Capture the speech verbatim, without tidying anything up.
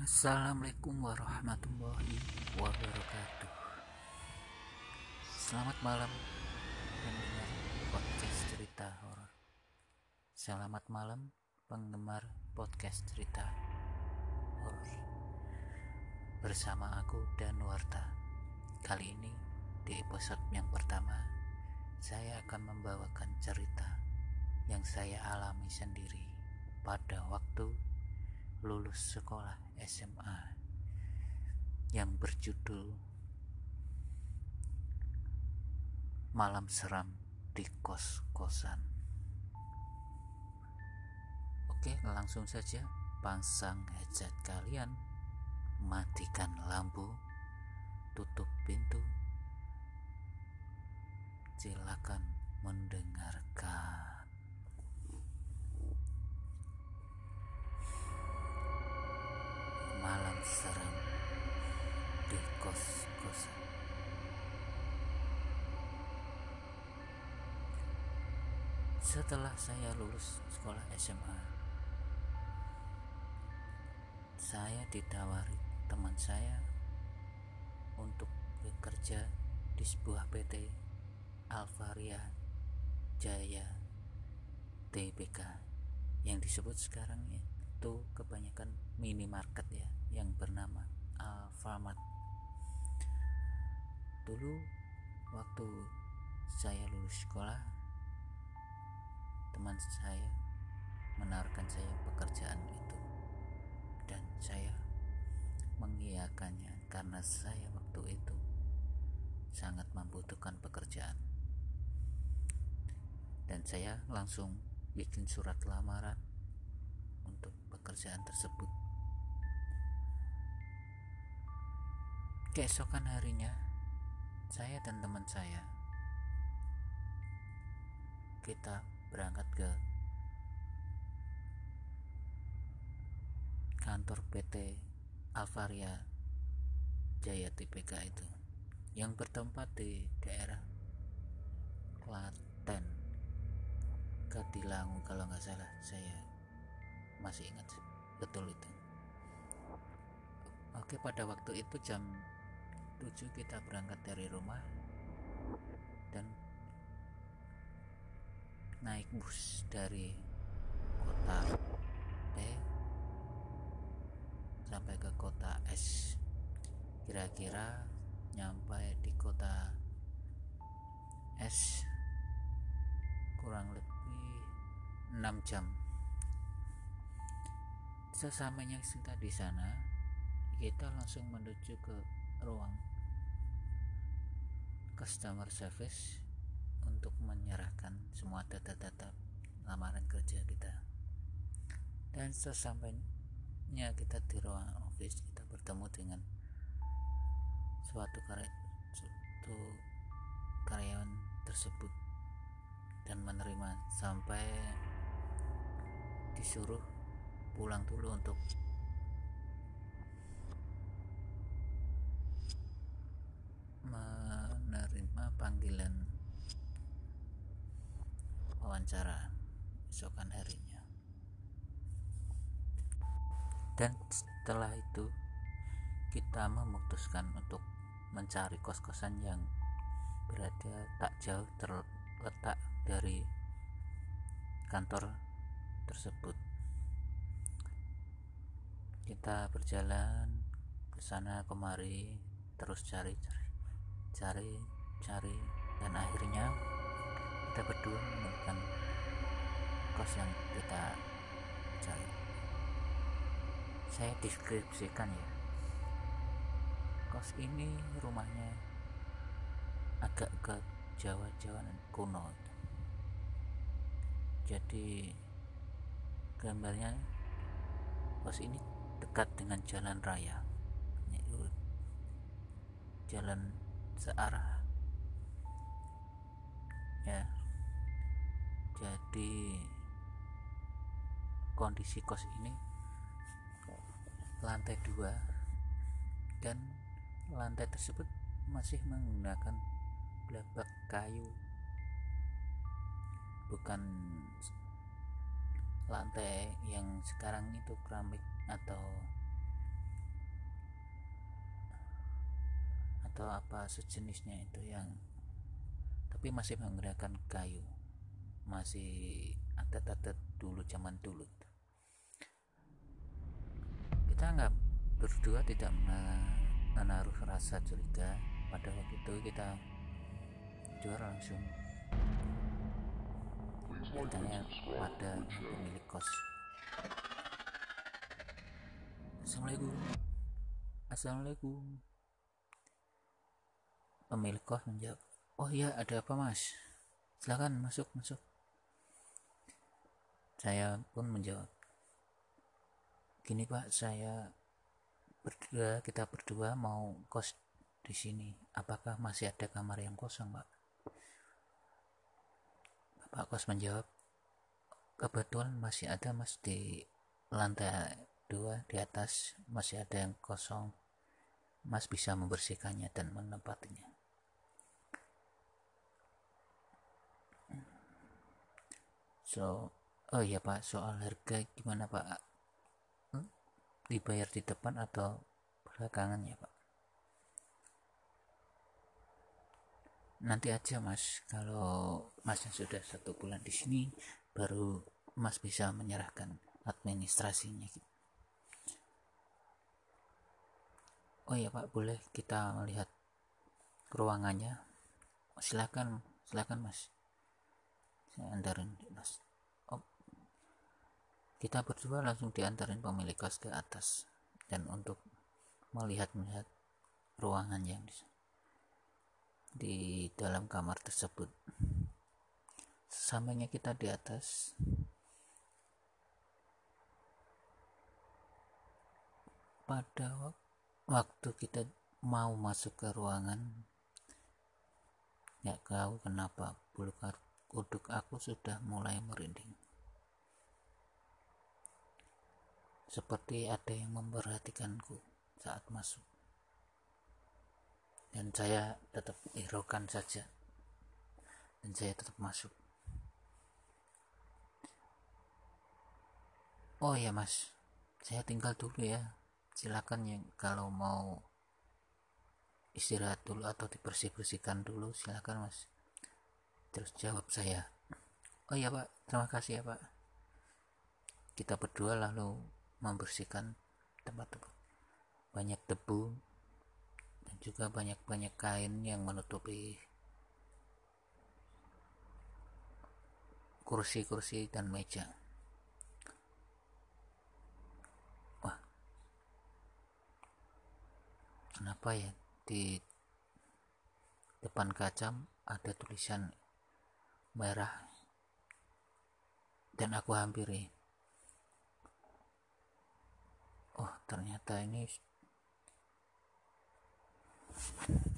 Assalamualaikum warahmatullahi wabarakatuh. Selamat malam pendengar podcast cerita horor. Selamat malam penggemar podcast cerita horor. Bersama aku dan Warta. Kali ini di episode yang pertama, saya akan membawakan cerita yang saya alami sendiri pada waktu lulus sekolah S M A yang berjudul Malam Seram di Kos-Kosan. Oke, langsung saja pasang headset kalian, matikan lampu, tutup pintu. Silakan mendengarkan. Malam Seram di Kos-Kosan. Setelah saya lulus sekolah S M A, saya ditawari teman saya untuk bekerja di sebuah P T Alvaria Jaya T B K yang disebut sekarang itu kebanyakan minimarket ya, yang bernama Alfamart. Dulu waktu saya lulus sekolah, teman saya menawarkan saya pekerjaan itu dan saya mengiyakannya karena saya waktu itu sangat membutuhkan pekerjaan, dan saya langsung bikin surat lamaran untuk pekerjaan tersebut. Keesokan harinya, saya dan teman saya kita berangkat ke kantor P T Alvaria Jaya T B K itu yang bertempat di daerah Klaten, Kadilangu kalau nggak salah, saya masih ingat betul itu. Oke, pada waktu itu jam tujuh kita berangkat dari rumah dan naik bus dari kota P sampai ke kota S. Kira-kira nyampe di kota S kurang lebih enam jam. Sesamanya kita di sana, kita langsung menuju ke ruang customer service untuk menyerahkan semua data-data lamaran kerja kita. Dan sesampainya kita di ruang office, kita bertemu dengan suatu karya, suatu karyawan tersebut dan menerima sampai disuruh pulang dulu untuk menerima panggilan wawancara esokan harinya. Dan setelah itu kita memutuskan untuk mencari kos-kosan yang berada tak jauh terletak dari kantor tersebut. Kita berjalan ke sana kemari, terus cari-cari cari cari dan akhirnya kita berdua menemukan kos yang kita cari. Saya deskripsikan ya, kos ini rumahnya agak ke Jawa-Jawaan kuno. Jadi gambarnya kos ini dekat dengan jalan raya, yaitu jalan searah ya. Jadi kondisi kos ini lantai dua, dan lantai tersebut masih menggunakan blabak kayu, bukan lantai yang sekarang itu keramik atau atau apa sejenisnya itu, yang tapi masih menggunakan kayu, masih adat-adat dulu, zaman dulu. Kita nggak berdua tidak menaruh rasa curiga. Pada waktu itu kita jual langsung bertanya pada pemilik kos. Assalamualaikum. Assalamualaikum. Pemilik kos menjawab, oh iya, ada apa mas? Silakan masuk masuk. Saya pun menjawab, gini pak, saya berdua kita berdua mau kos di sini. Apakah masih ada kamar yang kosong pak? Pak kos menjawab, kebetulan masih ada mas, di lantai dua di atas masih ada yang kosong. Mas bisa membersihkannya dan menempatinya. So, oh iya pak, soal harga gimana pak? Hmm? Dibayar di depan atau belakangan ya pak? Nanti aja mas, kalau masnya sudah satu bulan di sini, baru mas bisa menyerahkan administrasinya gitu. Oh iya pak, boleh kita melihat ruangannya? Silakan, silakan mas. Saya antarin mas. Oh, kita berdua langsung diantarin pemilik kos ke atas, dan untuk melihat-melihat ruangan yang di, di dalam kamar tersebut. Sesampainya kita di atas, pada waktu kita mau masuk ke ruangan, nggak tahu kenapa bulu kuduk aku sudah mulai merinding, seperti ada yang memperhatikanku saat masuk. Dan saya tetap ihrokan saja, dan saya tetap masuk. Oh ya mas, saya tinggal dulu ya, silakan ya, kalau mau istirahat dulu atau dibersih-bersihkan dulu silakan mas. Terus jawab saya, oh iya pak, terima kasih ya pak. Kita berdua lalu membersihkan tempat-tempat banyak debu dan juga banyak-banyak kain yang menutupi kursi-kursi dan meja. Wah, kenapa ya di depan kaca ada tulisan merah, dan aku hampiri. Oh, ternyata ini